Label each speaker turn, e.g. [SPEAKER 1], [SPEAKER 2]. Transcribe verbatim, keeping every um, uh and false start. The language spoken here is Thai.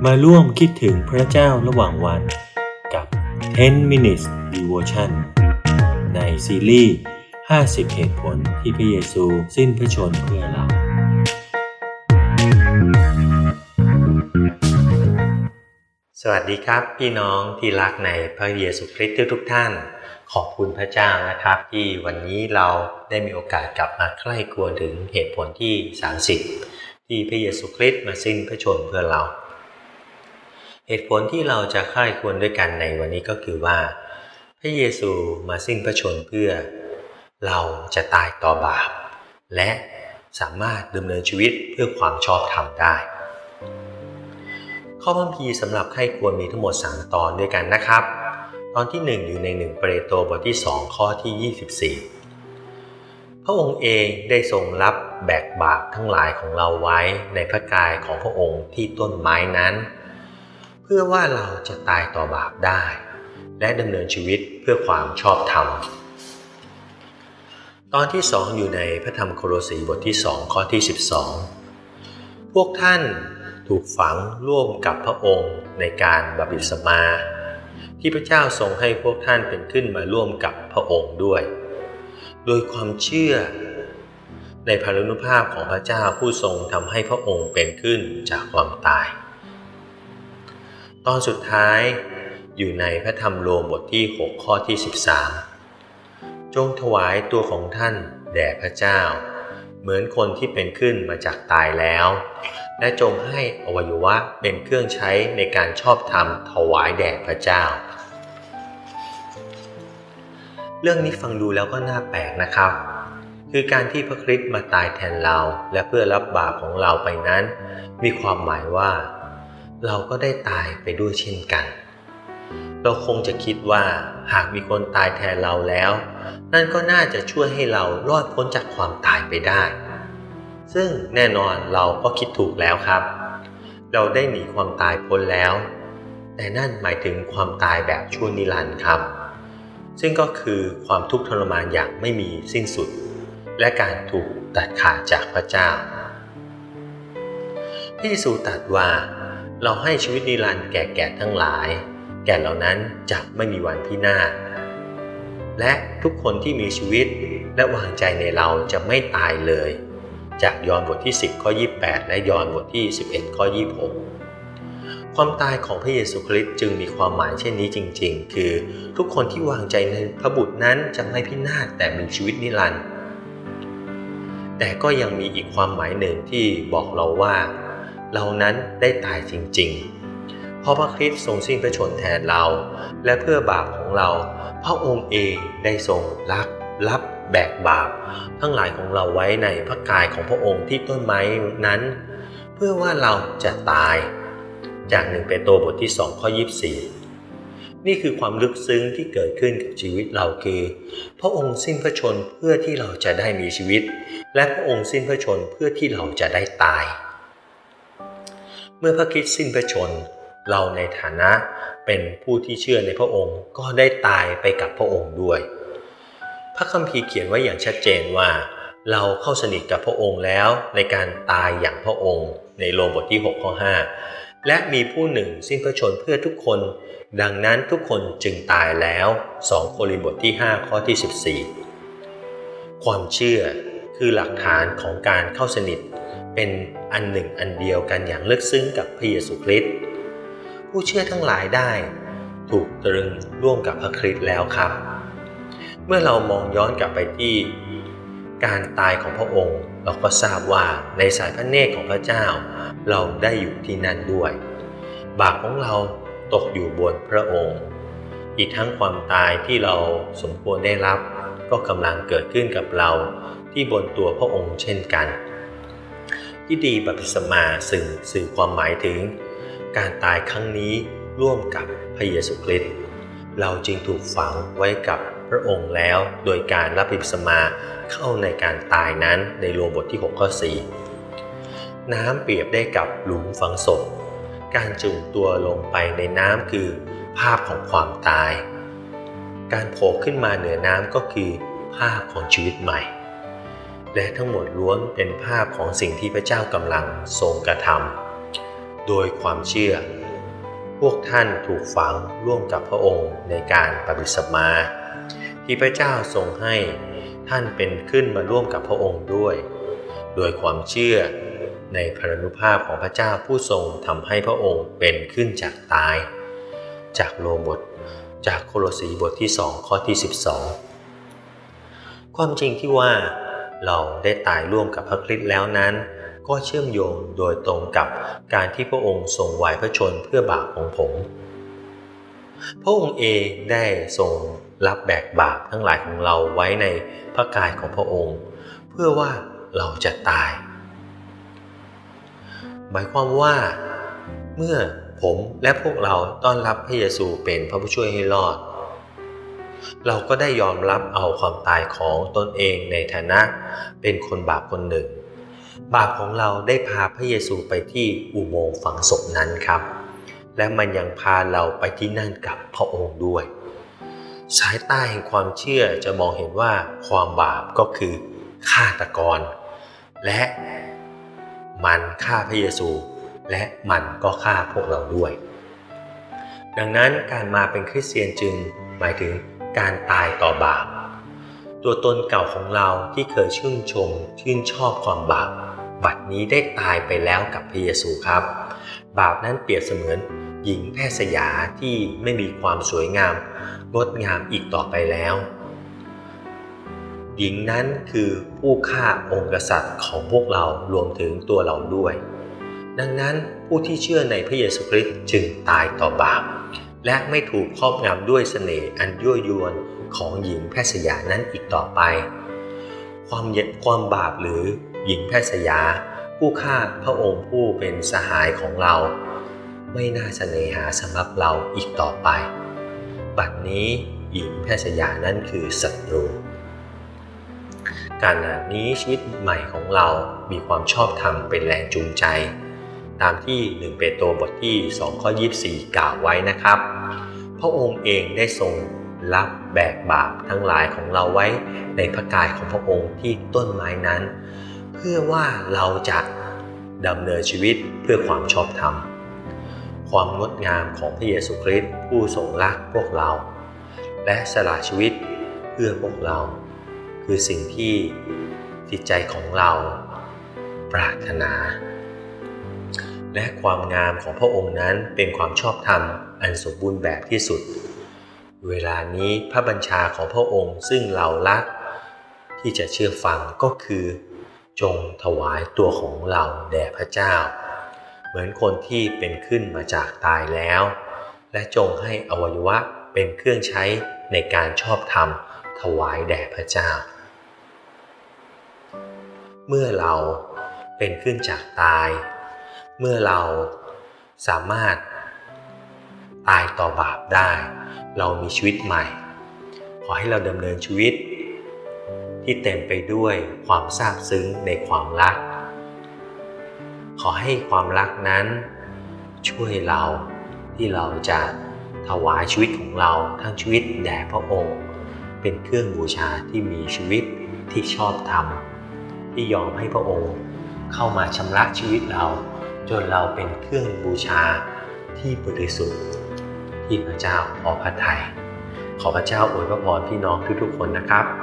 [SPEAKER 1] มาร่วมคิดถึงพระเจ้าระหว่างวันกับสิบ minutes devotion ในซีรีส์ห้าสิบเหตุผลที่พระเยซูสิ้นพระชนม์เพื่อเราสวัสดีครับพี่น้องที่รักในพระเยซูคริสต์ทุกท่านขอบคุณพระเจ้านะครับที่วันนี้เราได้มีโอกาสกลับมาใกล้ครวญถึงเหตุผลที่สามสิบที่พระเยซูคริสต์มาสิ้นพระชนม์เพื่อเราเหตุผลที่เราจะใคร่ครวญด้วยกันในวันนี้ก็คือว่าพระเยซูมาสิ้นพระชนม์เพื่อเราจะตายต่อบาปและสามารถดำเนินชีวิตเพื่อความชอบธรรมได้ข้อพระคัมภีร์สำหรับใคร่ครวญมีทั้งหมดสามตอนด้วยกันนะครับตอนที่หนึ่งอยู่ในหนึ่งเปโตรบทที่สองข้อที่ยี่สิบสี่พระองค์เองได้ทรงรับแบกบาปทั้งหลายของเราไว้ในพระกายของพระองค์ที่ต้นไม้นั้นเพื่อว่าเราจะตายต่อบาปได้และดำเนินชีวิตเพื่อความชอบธรรมตอนที่สองอยู่ในพระธรรมโคโลสีบทที่สองข้อที่สิบสองพวกท่านถูกฝังร่วมกับพระองค์ในการบัพติศมาที่พระเจ้าทรงให้พวกท่านเป็นขึ้นมาร่วมกับพระองค์ด้วยโดยความเชื่อในพระอนุภาพของพระเจ้าผู้ทรงทำให้พระองค์เป็นขึ้นจากความตายตอนสุดท้ายอยู่ในพระธรรมโรมบทที่หกข้อที่สิบสามจงถวายตัวของท่านแด่พระเจ้าเหมือนคนที่เป็นขึ้นมาจากตายแล้วและจงให้อวัยวะเป็นเครื่องใช้ในการชอบธรรมถวายแด่พระเจ้าเรื่องนี้ฟังดูแล้วก็น่าแปลกนะครับคือการที่พระคริสต์มาตายแทนเราและเพื่อรับบาปของเราไปนั้นมีความหมายว่าเราก็ได้ตายไปด้วยเช่นกันเราคงจะคิดว่าหากมีคนตายแทนเราแล้วนั่นก็น่าจะช่วยให้เรารอดพ้นจากความตายไปได้ซึ่งแน่นอนเราก็คิดถูกแล้วครับเราได้หนีความตายพ้นแล้วแต่นั่นหมายถึงความตายแบบชั่วนิรันดร์ครับซึ่งก็คือความทุกข์ทรมานอย่างไม่มีสิ้นสุดและการถูกตัดขาดจากพระเจ้าพระเยซูตรัสว่าเราให้ชีวิตนิรันดร์แก่แกะทั้งหลายแกะเหล่านั้นจะไม่มีวันพินาศและทุกคนที่มีชีวิตและวางใจในเราจะไม่ตายเลยจากยอห์นบทที่สิบข้อยี่สิบแปดและยอห์นบทที่สิบเอ็ดข้อยี่สิบหกความตายของพระเยซูคริสต์จึงมีความหมายเช่นนี้จริงๆคือทุกคนที่วางใจในพระบุตรนั้นจะไม่พินาศแต่มีชีวิตนิรันดร์แต่ก็ยังมีอีกความหมายหนึ่งที่บอกเราว่าเรานั้นได้ตายจริงๆเพราะพระคริสต์ทรงสิ้นพระชนม์แทนเราและเพื่อบาปของเราพระองค์เองได้ทรงรับรับแบกบาปทั้งหลายของเราไว้ในพระกายของพระองค์ที่ต้นไม้นั้นเพื่อว่าเราจะตายจากหนึ่งเปโตรบทที่สองข้อยี่สิบสี่นี่คือความลึกซึ้งที่เกิดขึ้นกับชีวิตเราคือพระองค์สิ้นพระชนม์เพื่อที่เราจะได้มีชีวิตและพระองค์สิ้นพระชนม์เพื่อที่เราจะได้ตายเมื่อพระคริสต์สิ้นพระชนม์เราในฐานะเป็นผู้ที่เชื่อในพระองค์ก็ได้ตายไปกับพระองค์ด้วยพระคัมภีร์เขียนไว้อย่างชัดเจนว่าเราเข้าสนิทกับพระองค์แล้วในการตายอย่างพระองค์ในโรมบทที่หกข้อห้าและมีผู้หนึ่งสิ้นพระชนม์เพื่อทุกคนดังนั้นทุกคนจึงตายแล้วสองโครินธ์บทที่ห้าข้อที่สิบสี่ความเชื่อคือหลักฐานของการเข้าสนิทเป็นอันหนึ่งอันเดียวกันอย่างลึกซึ้งกับพระเยซูคริสต์ผู้เชื่อทั้งหลายได้ถูกตรึงร่วมกับพระคริสต์แล้วครับเมื่อเรามองย้อนกลับไปที่การตายของพระองค์เราก็ทราบว่าในสายพระเนตรของพระเจ้าเราได้อยู่ที่นั่นด้วยบาปของเราตกอยู่บนพระองค์อีกทั้งความตายที่เราสมควรได้รับก็กำลังเกิดขึ้นกับเราที่บนตัวพระองค์เช่นกันพิธีบัพติศมาซึ่งสื่อความหมายถึงการตายครั้งนี้ร่วมกับพระเยซูคริสต์เราจึงถูกฝังไว้กับพระองค์แล้วโดยการรับบัพติศมาเข้าในการตายนั้นในโรมบทที่หกข้อสี่น้ำเปรียบได้กับหลุมฝังศพการจุ่มตัวลงไปในน้ำคือภาพของความตายการโผล่ขึ้นมาเหนือน้ำก็คือภาพของชีวิตใหม่ และทั้งหมดล้วนเป็นภาพของสิ่งที่พระเจ้ากำลังทรงกระทำโดยความเชื่อพวกท่านถูกฝังร่วมกับพระองค์ในการปฏิสมาที่พระเจ้าทรงให้ท่านเป็นขึ้นมาร่วมกับพระองค์ด้วยโดยความเชื่อในพระานุภาพของพระเจ้าผู้ทรงทำให้พระองค์เป็นขึ้นจากตายจากโรมบทจากโคโลสีบทที่สองข้อที่สิบสองความจริงที่ว่าเราได้ตายร่วมกับพระคริสต์แล้วนั้นก็เชื่อมโยงโดยตรงกับการที่พระองค์ทรงไว้พระชนเพื่อบาปของผมพระองค์เองได้ทรงรับแบกบาปทั้งหลายของเราไว้ในพระกายของพระองค์เพื่อว่าเราจะตายหมายความว่าเมื่อผมและพวกเราต้อนรับพระเยซูเป็นพระผู้ช่วยให้รอดเราก็ได้ยอมรับเอาความตายของตนเองในฐานะเป็นคนบาปคนหนึ่งบาปของเราได้พาพระเยซูไปที่อุโมงค์ฝังศพนั้นครับและมันยังพาเราไปที่นั่นกับพระองค์ด้วยสายตาแห่งความเชื่อจะมองเห็นว่าความบาปก็คือฆาตกรและมันฆ่าพระเยซูและมันก็ฆ่าพวกเราด้วยดังนั้นการมาเป็นคริสเตียนจึงหมายถึงการตายต่อบาปตัวตนเก่าของเราที่เคยชื่นชมชื่นชอบความบาปบัดนี้ได้ตายไปแล้วกับพระเยซูครับบาปนั้นเปรียบเสมือนหญิงแพทย์สยาที่ไม่มีความสวยงามงดงามอีกต่อไปแล้วหญิงนั้นคือผู้ฆ่าองค์กษัตริย์ของพวกเรารวมถึงตัวเราด้วยดังนั้นผู้ที่เชื่อในพระเยซูคริสต์จึงตายต่อบาปและไม่ถูกครอบงำด้วยเสน่ห์อันยั่วยวนของหญิงแพทย์สยานั้นอีกต่อไปความเย็นความบาปหรือหญิงแพทย์สยาผู้ฆ่าพระองค์ผู้เป็นสหายของเราไม่น่าเสน่หาสำหรับเราอีกต่อไปบัดนี้หญิงแพทย์สยานั้นคือศัตรูการนี้ชีวิตใหม่ของเรามีความชอบธรรมเป็นแรงจูงใจตามที่หนึ่งเปโตรบทที่สองข้อยี่สิบสี่กล่าวไว้นะครับพระองค์เองได้ทรงรับแบกบาปทั้งหลายของเราไว้ในพระกายของพระองค์ที่ต้นไม้นั้นเพื่อว่าเราจะดำเนินชีวิตเพื่อความชอบธรรมความงดงามของพระเยซูคริสต์ผู้ทรงรักพวกเราและสละชีวิตเพื่อพวกเราคือสิ่งที่จิตใจของเราปรารถนาและความงามของพระองค์นั้นเป็นความชอบธรรมอันสมบูรณ์แบบที่สุดเวลานี้พระบัญชาของพระองค์ซึ่งเรารักที่จะเชื่อฟังก็คือจงถวายตัวของเราแด่พระเจ้าเหมือนคนที่เป็นขึ้นมาจากตายแล้วและจงให้อวัยวะเป็นเครื่องใช้ในการชอบธรรมถวายแด่พระเจ้าเมื่อเราเป็นขึ้นจากตายเมื่อเราสามารถตายต่อบาปได้เรามีชีวิตใหม่ขอให้เราดำเนินชีวิตที่เต็มไปด้วยความซาบซึ้งในความรักขอให้ความรักนั้นช่วยเราที่เราจะถวายชีวิตของเราทั้งชีวิตแด่พระองค์เป็นเครื่องบูชาที่มีชีวิตที่ชอบธรรมที่ยอมให้พระองค์เข้ามาชำระชีวิตเราจนเราเป็นเครื่องบูชาที่บริสุทธิ์ที่พระเจ้าพอพระทัยขอพระเจ้าอวยพระพรพี่น้องทุกๆคนนะครับ